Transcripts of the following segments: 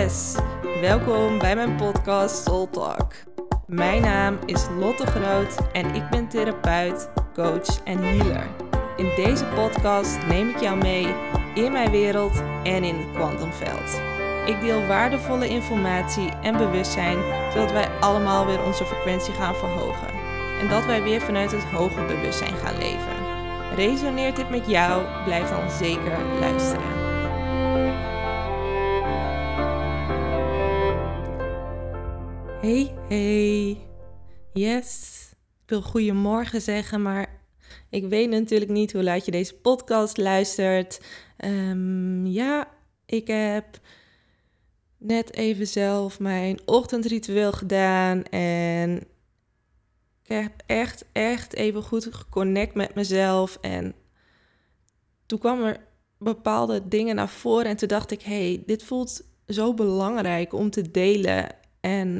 Yes, welkom bij mijn podcast Soul Talk. Mijn naam is Lotte Groot en ik ben therapeut, coach en healer. In deze podcast neem ik jou mee in mijn wereld en in het kwantumveld. Ik deel waardevolle informatie en bewustzijn, zodat wij allemaal weer onze frequentie gaan verhogen. En dat wij weer vanuit het hoger bewustzijn gaan leven. Resoneert dit met jou? Blijf dan zeker luisteren. Hey. Yes. Ik wil goedemorgen zeggen, maar ik weet natuurlijk niet hoe laat je deze podcast luistert. Ik heb net even zelf mijn ochtendritueel gedaan en ik heb echt even goed geconnect met mezelf. En toen kwam er bepaalde dingen naar voren en toen dacht ik, dit voelt zo belangrijk om te delen. En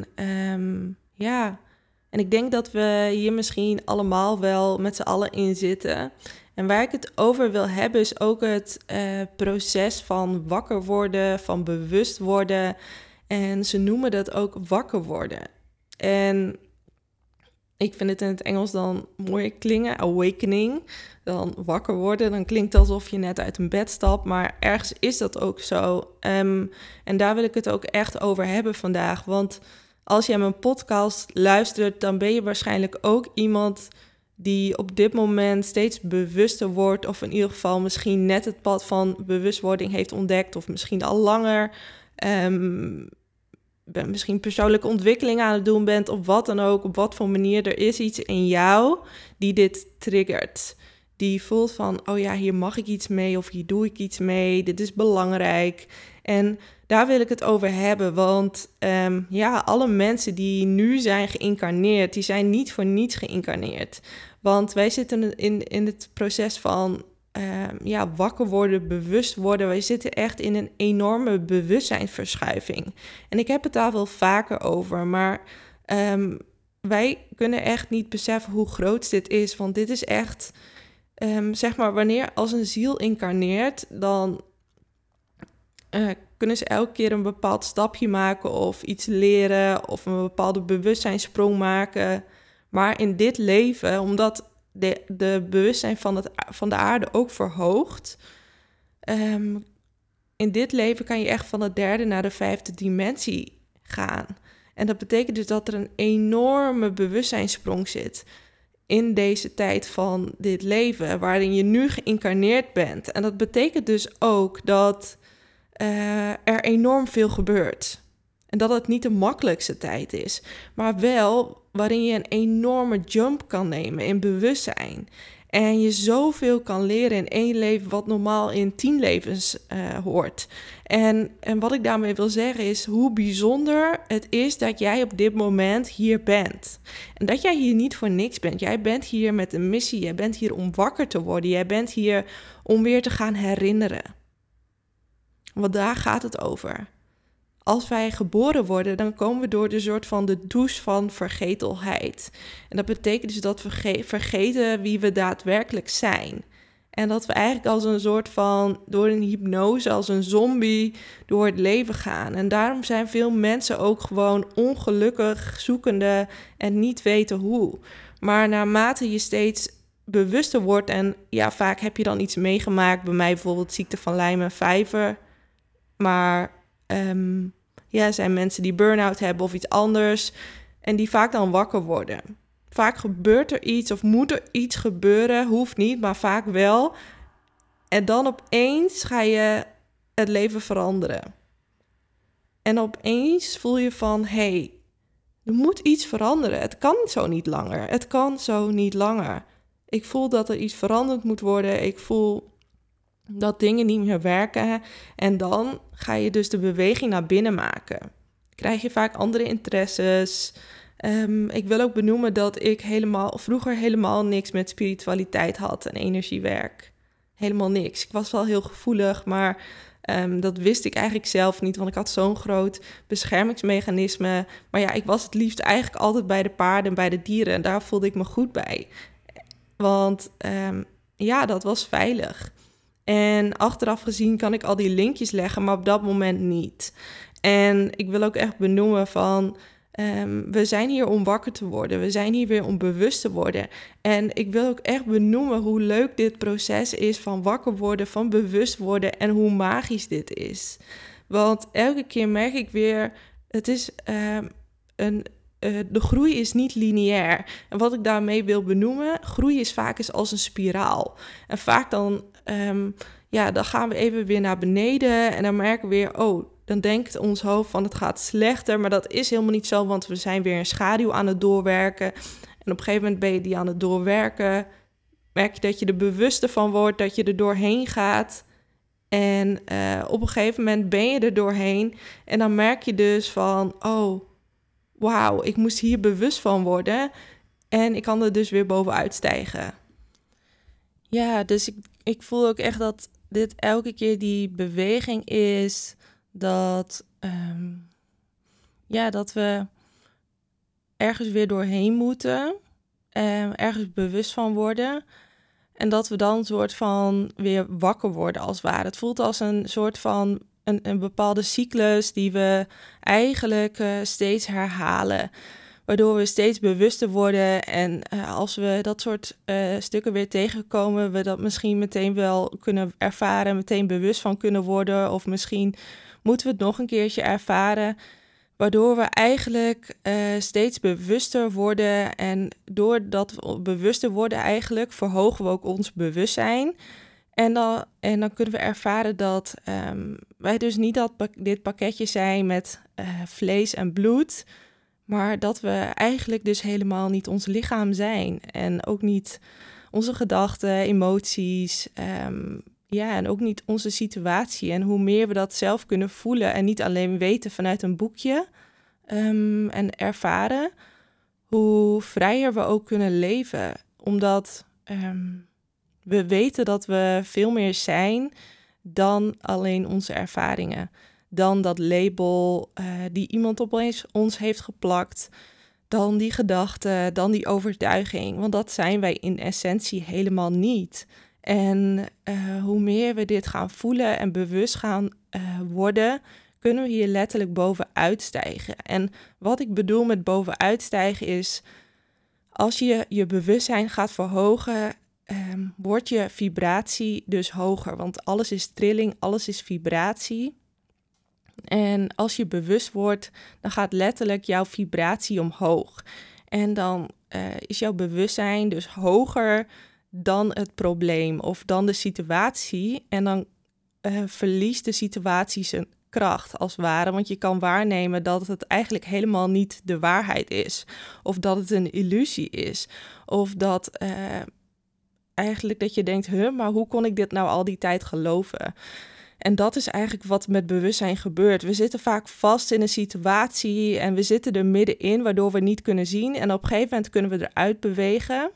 en ik denk dat we hier misschien allemaal wel met z'n allen in zitten. En waar ik het over wil hebben is ook het proces van wakker worden, van bewust worden. En ze noemen dat ook wakker worden. En ik vind het in het Engels dan mooi klinken, awakening. Dan wakker worden, dan klinkt het alsof je net uit een bed stapt. Maar ergens is dat ook zo. En daar wil ik het ook echt over hebben vandaag. Want als jij mijn podcast luistert, dan ben je waarschijnlijk ook iemand die op dit moment steeds bewuster wordt. Of in ieder geval misschien net het pad van bewustwording heeft ontdekt. Of misschien al langer misschien persoonlijke ontwikkeling aan het doen bent. Of wat dan ook, op wat voor manier. Er is iets in jou die dit triggert. Die voelt van, hier mag ik iets mee of hier doe ik iets mee. Dit is belangrijk. En daar wil ik het over hebben, want alle mensen die nu zijn geïncarneerd, die zijn niet voor niets geïncarneerd. Want wij zitten in het proces van wakker worden, bewust worden. Wij zitten echt in een enorme bewustzijnsverschuiving. En ik heb het daar wel vaker over, maar wij kunnen echt niet beseffen hoe groot dit is. Want dit is echt, wanneer als een ziel incarneert, dan kunnen ze elke keer een bepaald stapje maken of iets leren of een bepaalde bewustzijnssprong maken. Maar in dit leven, omdat de bewustzijn van de aarde ook verhoogt, in dit leven kan je echt van de 3e naar de 5e dimensie gaan. En dat betekent dus dat er een enorme bewustzijnssprong zit in deze tijd van dit leven, waarin je nu geïncarneerd bent. En dat betekent dus ook dat er enorm veel gebeurt. En dat het niet de makkelijkste tijd is, maar wel waarin je een enorme jump kan nemen in bewustzijn. En je zoveel kan leren in 1 leven wat normaal in 10 levens hoort. En wat ik daarmee wil zeggen is hoe bijzonder het is dat jij op dit moment hier bent. En dat jij hier niet voor niks bent. Jij bent hier met een missie. Jij bent hier om wakker te worden. Jij bent hier om weer te gaan herinneren. Want daar gaat het over. Als wij geboren worden, dan komen we door de soort van de douche van vergetelheid. En dat betekent dus dat we vergeten wie we daadwerkelijk zijn. En dat we eigenlijk als een soort van, door een hypnose, als een zombie, door het leven gaan. En daarom zijn veel mensen ook gewoon ongelukkig, zoekende en niet weten hoe. Maar naarmate je steeds bewuster wordt en vaak heb je dan iets meegemaakt. Bij mij bijvoorbeeld ziekte van Lyme-Vijver. Maar zijn mensen die burn-out hebben of iets anders en die vaak dan wakker worden. Vaak gebeurt er iets of moet er iets gebeuren, hoeft niet, maar vaak wel. En dan opeens ga je het leven veranderen. En opeens voel je van, er moet iets veranderen. Het kan zo niet langer. Ik voel dat er iets veranderd moet worden. Ik voel dat dingen niet meer werken. En dan ga je dus de beweging naar binnen maken. Krijg je vaak andere interesses. Ik wil ook benoemen dat ik vroeger helemaal niks met spiritualiteit had en energiewerk. Helemaal niks. Ik was wel heel gevoelig, maar dat wist ik eigenlijk zelf niet, want ik had zo'n groot beschermingsmechanisme. Maar ik was het liefst eigenlijk altijd bij de paarden en bij de dieren. En daar voelde ik me goed bij. Want dat was veilig. En achteraf gezien kan ik al die linkjes leggen, maar op dat moment niet. En ik wil ook echt benoemen van, we zijn hier om wakker te worden. We zijn hier weer om bewust te worden. En ik wil ook echt benoemen hoe leuk dit proces is van wakker worden, van bewust worden en hoe magisch dit is. Want elke keer merk ik weer, het is de groei is niet lineair. En wat ik daarmee wil benoemen, groei is vaak eens als een spiraal. En vaak dan gaan we even weer naar beneden en dan merken we weer, dan denkt ons hoofd van het gaat slechter, maar dat is helemaal niet zo, want we zijn weer een schaduw aan het doorwerken. En op een gegeven moment ben je die aan het doorwerken, merk je dat je er bewuster van wordt, dat je er doorheen gaat. En op een gegeven moment ben je er doorheen en dan merk je dus van, wauw, ik moest hier bewust van worden en ik kan er dus weer bovenuit stijgen. Ja, dus ik voel ook echt dat dit elke keer die beweging is, dat dat we ergens weer doorheen moeten, ergens bewust van worden en dat we dan een soort van weer wakker worden als het ware. Het voelt als een soort van een bepaalde cyclus die we eigenlijk steeds herhalen, waardoor we steeds bewuster worden. En als we dat soort stukken weer tegenkomen, we dat misschien meteen wel kunnen ervaren, meteen bewust van kunnen worden. Of misschien moeten we het nog een keertje ervaren, waardoor we eigenlijk steeds bewuster worden. En doordat we bewuster worden eigenlijk, verhogen we ook ons bewustzijn. En dan kunnen we ervaren dat wij dus niet dit pakketje zijn met vlees en bloed, maar dat we eigenlijk dus helemaal niet ons lichaam zijn. En ook niet onze gedachten, emoties, en ook niet onze situatie. En hoe meer we dat zelf kunnen voelen en niet alleen weten vanuit een boekje en ervaren, hoe vrijer we ook kunnen leven. Omdat we weten dat we veel meer zijn dan alleen onze ervaringen. Dan dat label die iemand opeens ons heeft geplakt. Dan die gedachte, dan die overtuiging. Want dat zijn wij in essentie helemaal niet. En hoe meer we dit gaan voelen en bewust gaan worden, kunnen we hier letterlijk bovenuit stijgen. En wat ik bedoel met bovenuit stijgen is, als je je bewustzijn gaat verhogen, wordt je vibratie dus hoger. Want alles is trilling, alles is vibratie. En als je bewust wordt, dan gaat letterlijk jouw vibratie omhoog. En dan is jouw bewustzijn dus hoger dan het probleem of dan de situatie. En dan verliest de situatie zijn kracht als het ware. Want je kan waarnemen dat het eigenlijk helemaal niet de waarheid is. Of dat het een illusie is. Of dat eigenlijk dat je denkt, maar hoe kon ik dit nou al die tijd geloven? En dat is eigenlijk wat met bewustzijn gebeurt. We zitten vaak vast in een situatie en we zitten er middenin, waardoor we niet kunnen zien. En op een gegeven moment kunnen we eruit bewegen.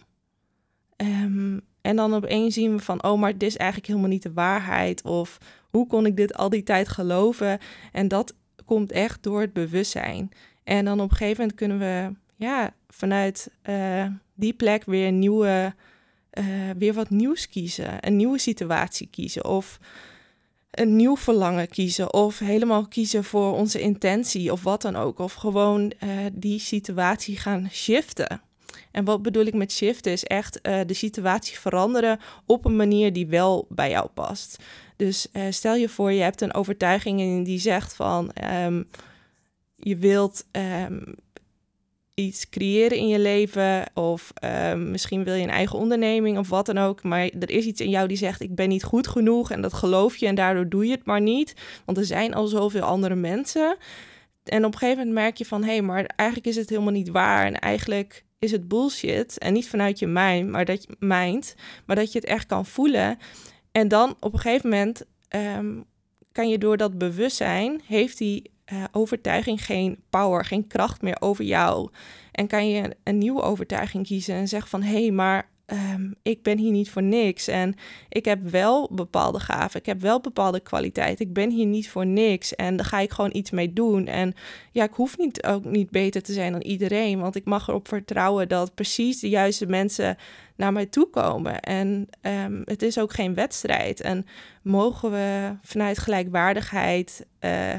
En dan opeens zien we van, maar dit is eigenlijk helemaal niet de waarheid. Of hoe kon ik dit al die tijd geloven? En dat komt echt door het bewustzijn. En dan op een gegeven moment kunnen we vanuit die plek weer wat nieuws kiezen. Een nieuwe situatie kiezen of een nieuw verlangen kiezen of helemaal kiezen voor onze intentie of wat dan ook. Of gewoon die situatie gaan shiften. En wat bedoel ik met shiften is echt de situatie veranderen op een manier die wel bij jou past. Dus stel je voor, je hebt een overtuiging die zegt van je wilt iets creëren in je leven of misschien wil je een eigen onderneming of wat dan ook. Maar er is iets in jou die zegt, ik ben niet goed genoeg en dat geloof je en daardoor doe je het maar niet. Want er zijn al zoveel andere mensen. En op een gegeven moment merk je van, maar eigenlijk is het helemaal niet waar en eigenlijk is het bullshit. En niet vanuit je mind, maar dat je het echt kan voelen. En dan op een gegeven moment kan je door dat bewustzijn, heeft die overtuiging geen power, geen kracht meer over jou. En kan je een nieuwe overtuiging kiezen en zeggen van, maar ik ben hier niet voor niks. En ik heb wel bepaalde gaven, ik heb wel bepaalde kwaliteit. Ik ben hier niet voor niks en daar ga ik gewoon iets mee doen. En ik hoef ook niet beter te zijn dan iedereen, want ik mag erop vertrouwen dat precies de juiste mensen naar mij toe komen. En het is ook geen wedstrijd. En mogen we vanuit gelijkwaardigheid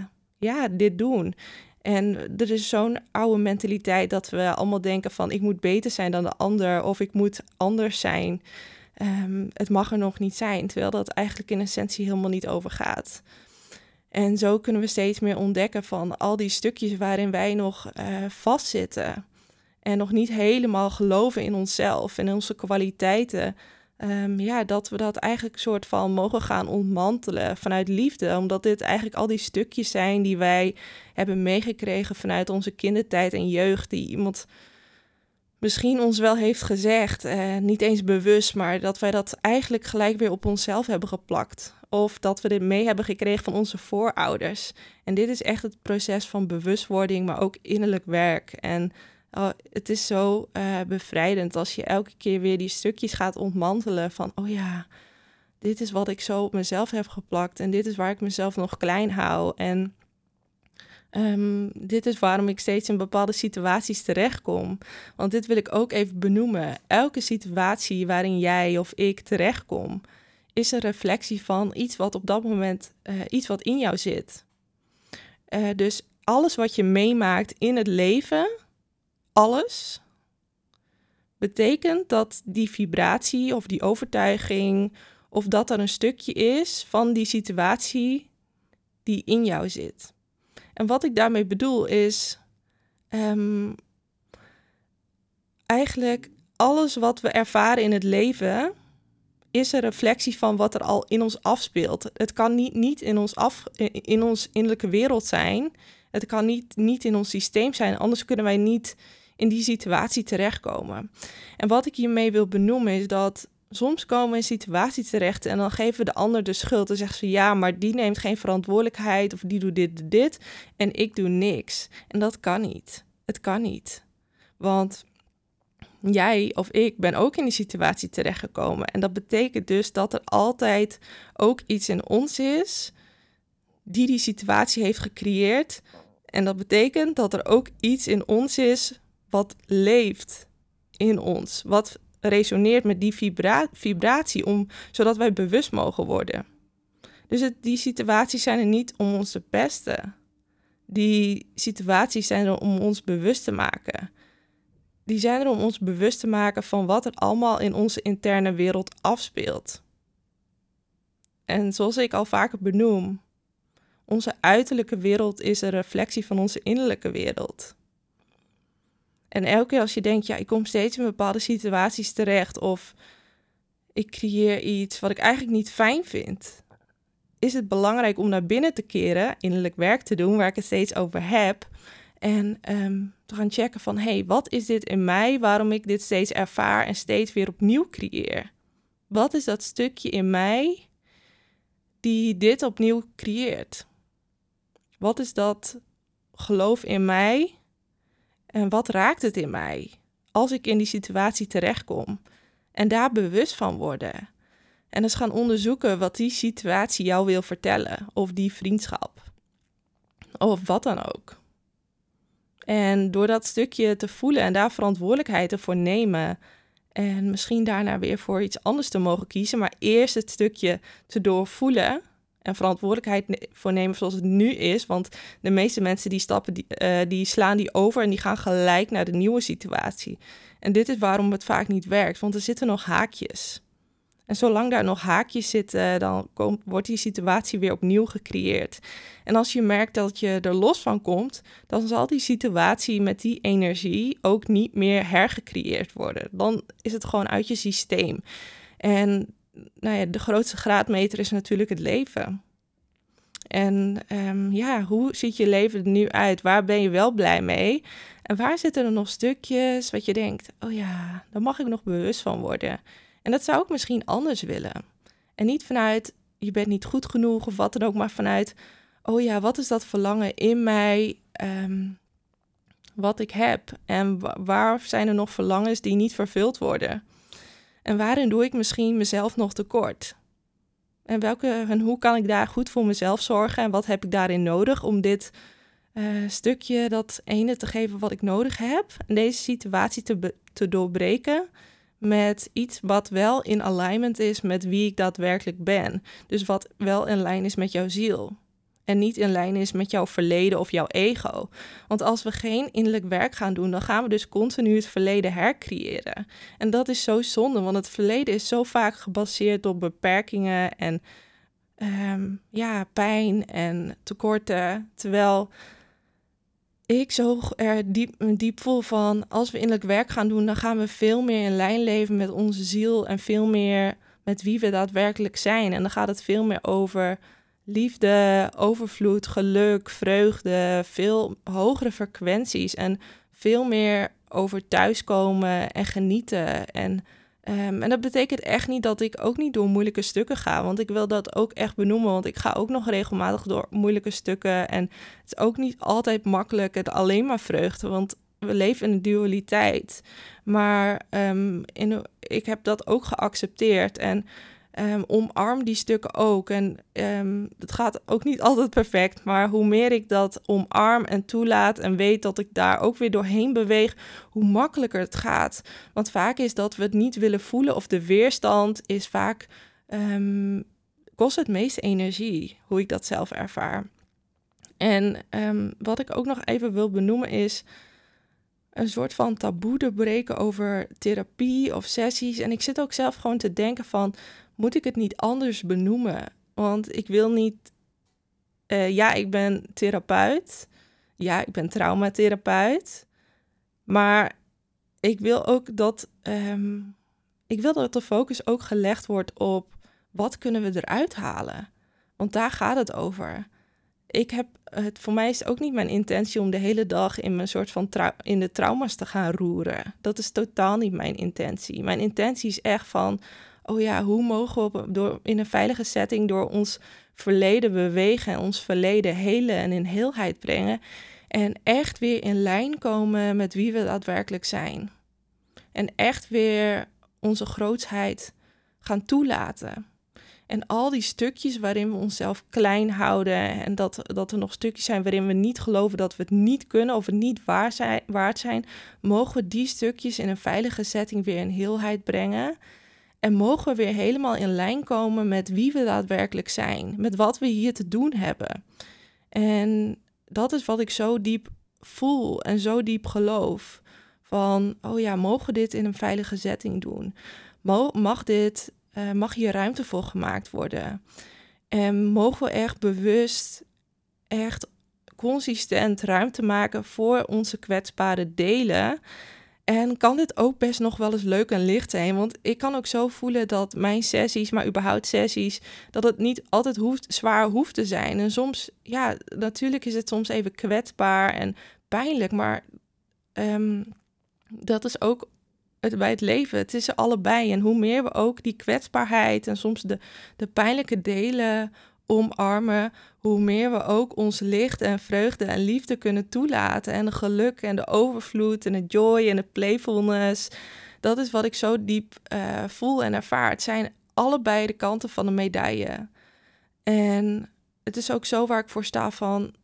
dit doen. En er is zo'n oude mentaliteit dat we allemaal denken van ik moet beter zijn dan de ander of ik moet anders zijn. Het mag er nog niet zijn, terwijl dat eigenlijk in essentie helemaal niet over gaat. En zo kunnen we steeds meer ontdekken van al die stukjes waarin wij nog vastzitten en nog niet helemaal geloven in onszelf en in onze kwaliteiten. Dat we dat eigenlijk soort van mogen gaan ontmantelen vanuit liefde. Omdat dit eigenlijk al die stukjes zijn die wij hebben meegekregen vanuit onze kindertijd en jeugd. Die iemand misschien ons wel heeft gezegd, niet eens bewust, maar dat wij dat eigenlijk gelijk weer op onszelf hebben geplakt. Of dat we dit mee hebben gekregen van onze voorouders. En dit is echt het proces van bewustwording, maar ook innerlijk werk. En het is zo bevrijdend als je elke keer weer die stukjes gaat ontmantelen van, dit is wat ik zo op mezelf heb geplakt en dit is waar ik mezelf nog klein hou. En dit is waarom ik steeds in bepaalde situaties terechtkom. Want dit wil ik ook even benoemen. Elke situatie waarin jij of ik terechtkom, is een reflectie van iets wat op dat moment, iets wat in jou zit. Dus alles wat je meemaakt in het leven, alles, betekent dat die vibratie of die overtuiging, of dat er een stukje is van die situatie die in jou zit. En wat ik daarmee bedoel is, eigenlijk alles wat we ervaren in het leven is een reflectie van wat er al in ons afspeelt. Het kan niet in ons innerlijke wereld zijn. Het kan niet in ons systeem zijn, anders kunnen wij niet in die situatie terechtkomen. En wat ik hiermee wil benoemen is dat soms komen we in situaties terecht en dan geven we de ander de schuld. Dan zeggen ze, ja, maar die neemt geen verantwoordelijkheid of die doet dit en ik doe niks. En dat kan niet. Het kan niet. Want jij of ik ben ook in die situatie terechtgekomen. En dat betekent dus dat er altijd ook iets in ons is die situatie heeft gecreëerd. En dat betekent dat er ook iets in ons is wat leeft in ons. Wat resoneert met die vibratie, zodat wij bewust mogen worden. Dus die situaties zijn er niet om ons te pesten. Die situaties zijn er om ons bewust te maken. Die zijn er om ons bewust te maken van wat er allemaal in onze interne wereld afspeelt. En zoals ik al vaker benoem, onze uiterlijke wereld is een reflectie van onze innerlijke wereld. En elke keer als je denkt, ik kom steeds in bepaalde situaties terecht of ik creëer iets wat ik eigenlijk niet fijn vind, is het belangrijk om naar binnen te keren, innerlijk werk te doen, waar ik het steeds over heb. En te gaan checken van, wat is dit in mij, waarom ik dit steeds ervaar en steeds weer opnieuw creëer? Wat is dat stukje in mij die dit opnieuw creëert? Wat is dat geloof in mij en wat raakt het in mij als ik in die situatie terechtkom? En daar bewust van worden. En dus gaan onderzoeken wat die situatie jou wil vertellen, of die vriendschap, of wat dan ook. En door dat stukje te voelen en daar verantwoordelijkheid ervoor nemen en misschien daarna weer voor iets anders te mogen kiezen, maar eerst het stukje te doorvoelen en verantwoordelijkheid voor nemen zoals het nu is, want de meeste mensen die slaan die over en die gaan gelijk naar de nieuwe situatie. En dit is waarom het vaak niet werkt, want er zitten nog haakjes. En zolang daar nog haakjes zitten, dan wordt die situatie weer opnieuw gecreëerd. En als je merkt dat je er los van komt, dan zal die situatie met die energie ook niet meer hergecreëerd worden. Dan is het gewoon uit je systeem. En de grootste graadmeter is natuurlijk het leven. En hoe ziet je leven er nu uit? Waar ben je wel blij mee? En waar zitten er nog stukjes wat je denkt, daar mag ik nog bewust van worden. En dat zou ik misschien anders willen. En niet vanuit, je bent niet goed genoeg of wat dan ook, maar vanuit, wat is dat verlangen in mij, wat ik heb? En waar zijn er nog verlangens die niet vervuld worden? En waarin doe ik misschien mezelf nog tekort? En hoe kan ik daar goed voor mezelf zorgen? En wat heb ik daarin nodig om dit stukje, dat ene te geven wat ik nodig heb? En deze situatie te doorbreken met iets wat wel in alignment is met wie ik daadwerkelijk ben. Dus wat wel in lijn is met jouw ziel. en niet in lijn is met jouw verleden of jouw ego. Want als we geen innerlijk werk gaan doen, dan gaan we dus continu het verleden hercreëren. En dat is zo zonde, want het verleden is zo vaak gebaseerd op beperkingen en pijn en tekorten. Terwijl ik zo diep voel van, als we innerlijk werk gaan doen, dan gaan we veel meer in lijn leven met onze ziel en veel meer met wie we daadwerkelijk zijn. En dan gaat het veel meer over liefde, overvloed, geluk, vreugde, veel hogere frequenties en veel meer over thuiskomen en genieten. En dat betekent echt niet dat ik ook niet door moeilijke stukken ga, want ik wil dat ook echt benoemen, want ik ga ook nog regelmatig door moeilijke stukken en het is ook niet altijd makkelijk en alleen maar vreugde, want we leven in een dualiteit. Maar ik heb dat ook geaccepteerd en omarm die stukken ook. En het gaat ook niet altijd perfect, maar hoe meer ik dat omarm en toelaat en weet dat ik daar ook weer doorheen beweeg, hoe makkelijker het gaat. Want vaak is dat we het niet willen voelen of de weerstand is vaak, kost het meeste energie, hoe ik dat zelf ervaar. En wat ik ook nog even wil benoemen is een soort van taboe doorbreken over therapie of sessies. En ik zit ook zelf gewoon te denken van, moet ik het niet anders benoemen? Want ik wil niet... ik ben therapeut. Ja, ik ben traumatherapeut. Maar ik wil ook dat... ik wil dat de focus ook gelegd wordt op wat kunnen we eruit halen. Want daar gaat het over. Voor mij is het ook niet mijn intentie om de hele dag in mijn soort van in de trauma's te gaan roeren. Dat is totaal niet mijn intentie. Mijn intentie is echt van, hoe mogen we in een veilige setting door ons verleden bewegen en ons verleden helen en in heelheid brengen en echt weer in lijn komen met wie we daadwerkelijk zijn. En echt weer onze grootsheid gaan toelaten. En al die stukjes waarin we onszelf klein houden en dat er nog stukjes zijn waarin we niet geloven dat we het niet kunnen of het niet waard zijn, mogen we die stukjes in een veilige setting weer in heelheid brengen. En mogen we weer helemaal in lijn komen met wie we daadwerkelijk zijn, met wat we hier te doen hebben. En dat is wat ik zo diep voel en zo diep geloof. Van, mogen we dit in een veilige setting doen? Mag hier ruimte voor gemaakt worden? En mogen we echt bewust, echt consistent ruimte maken voor onze kwetsbare delen? En kan dit ook best nog wel eens leuk en licht zijn? Want ik kan ook zo voelen dat mijn sessies, maar überhaupt sessies, dat het niet altijd zwaar hoeft te zijn. En soms, natuurlijk is het soms even kwetsbaar en pijnlijk, maar dat is ook bij het leven. Het is er allebei. En hoe meer we ook die kwetsbaarheid en soms de pijnlijke delen omarmen, hoe meer we ook ons licht en vreugde en liefde kunnen toelaten. En de geluk en de overvloed en de joy en de playfulness. Dat is wat ik zo diep voel en ervaar. Het zijn allebei de kanten van de medaille. En het is ook zo waar ik voor sta van,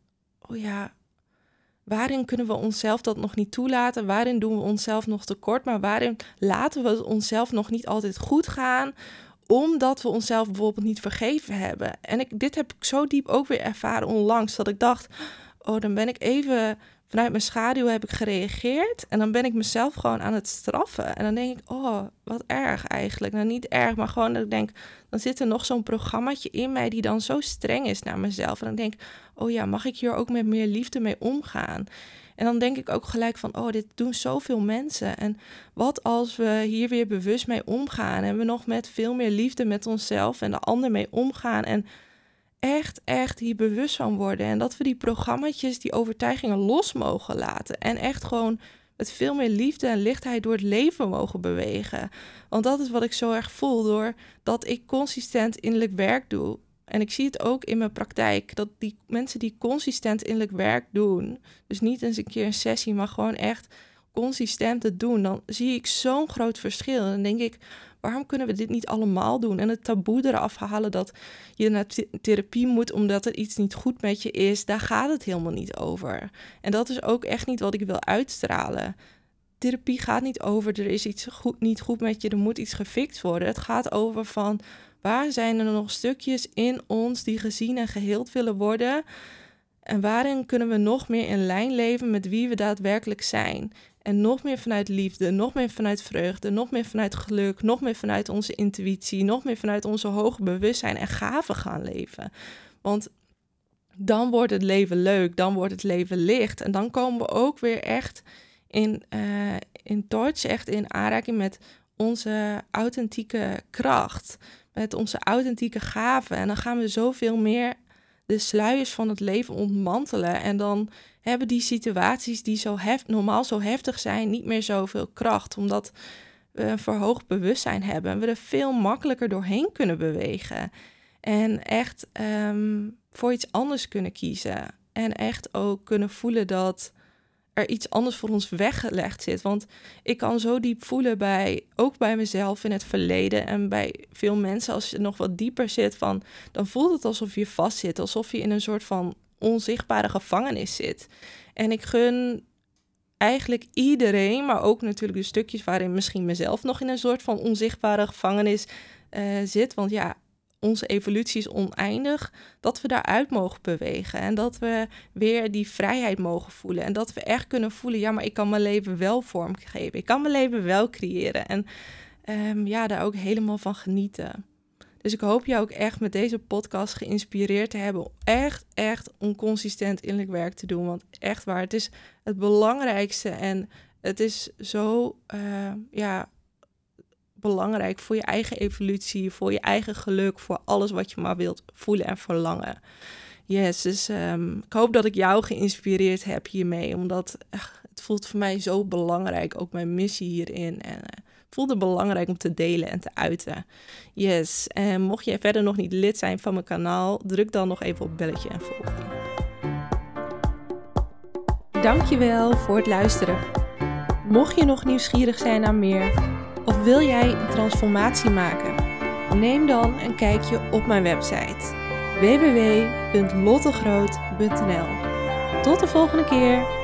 waarin kunnen we onszelf dat nog niet toelaten? Waarin doen we onszelf nog tekort? Maar waarin laten we onszelf nog niet altijd goed gaan, omdat we onszelf bijvoorbeeld niet vergeven hebben? En dit heb ik zo diep ook weer ervaren onlangs, dat ik dacht, dan ben ik even vanuit mijn schaduw heb ik gereageerd en dan ben ik mezelf gewoon aan het straffen. En dan denk ik, wat erg eigenlijk. Nou, niet erg, maar gewoon dat ik denk, dan zit er nog zo'n programmaatje in mij die dan zo streng is naar mezelf. En dan denk ik, mag ik hier ook met meer liefde mee omgaan? En dan denk ik ook gelijk van, dit doen zoveel mensen. En wat als we hier weer bewust mee omgaan en we nog met veel meer liefde met onszelf en de ander mee omgaan en echt hier bewust van worden. En dat we die programmaatjes, die overtuigingen los mogen laten. En echt gewoon met veel meer liefde en lichtheid door het leven mogen bewegen. Want dat is wat ik zo erg voel, doordat ik consistent innerlijk werk doe. En ik zie het ook in mijn praktijk, dat die mensen die consistent innerlijk werk doen, dus niet eens een keer een sessie, maar gewoon echt consistent het doen, dan zie ik zo'n groot verschil. En dan denk ik, waarom kunnen we dit niet allemaal doen? En het taboe eraf halen dat je naar therapie moet omdat er iets niet goed met je is, daar gaat het helemaal niet over. En dat is ook echt niet wat ik wil uitstralen. Therapie gaat niet over, er is iets niet goed met je, er moet iets gefixt worden. Het gaat over van, Waar zijn er nog stukjes in ons die gezien en geheeld willen worden? En waarin kunnen we nog meer in lijn leven met wie we daadwerkelijk zijn? En nog meer vanuit liefde, nog meer vanuit vreugde, nog meer vanuit geluk, nog meer vanuit onze intuïtie, nog meer vanuit onze hoge bewustzijn en gaven gaan leven. Want dan wordt het leven leuk, dan wordt het leven licht. En dan komen we ook weer echt in touch, echt in aanraking met onze authentieke kracht. Met onze authentieke gaven. En dan gaan we zoveel meer de sluiers van het leven ontmantelen. En dan hebben die situaties die normaal zo heftig zijn niet meer zoveel kracht. Omdat we een verhoogd bewustzijn hebben. En we er veel makkelijker doorheen kunnen bewegen. En echt voor iets anders kunnen kiezen. En echt ook kunnen voelen dat er iets anders voor ons weggelegd zit. Want ik kan zo diep voelen ook bij mezelf in het verleden en bij veel mensen, als je nog wat dieper zit, dan voelt het alsof je vastzit, alsof je in een soort van onzichtbare gevangenis zit. En ik gun eigenlijk iedereen, maar ook natuurlijk de stukjes waarin misschien mezelf nog in een soort van onzichtbare gevangenis zit. Want ja, onze evolutie is oneindig, dat we daaruit mogen bewegen en dat we weer die vrijheid mogen voelen en dat we echt kunnen voelen, ja, maar ik kan mijn leven wel vormgeven, ik kan mijn leven wel creëren en daar ook helemaal van genieten. Dus ik hoop jou ook echt met deze podcast geïnspireerd te hebben om echt inconsistent innerlijk werk te doen, want echt waar, het is het belangrijkste en het is zo, belangrijk voor je eigen evolutie, voor je eigen geluk, voor alles wat je maar wilt voelen en verlangen. Yes, dus ik hoop dat ik jou geïnspireerd heb hiermee, omdat het voelt voor mij zo belangrijk, ook mijn missie hierin. En het voelde belangrijk om te delen en te uiten. Yes, en mocht je verder nog niet lid zijn van mijn kanaal, druk dan nog even op belletje en volgen. Dankjewel voor het luisteren. Mocht je nog nieuwsgierig zijn naar meer, of wil jij een transformatie maken? Neem dan een kijkje op mijn website www.lottegroot.nl. Tot de volgende keer!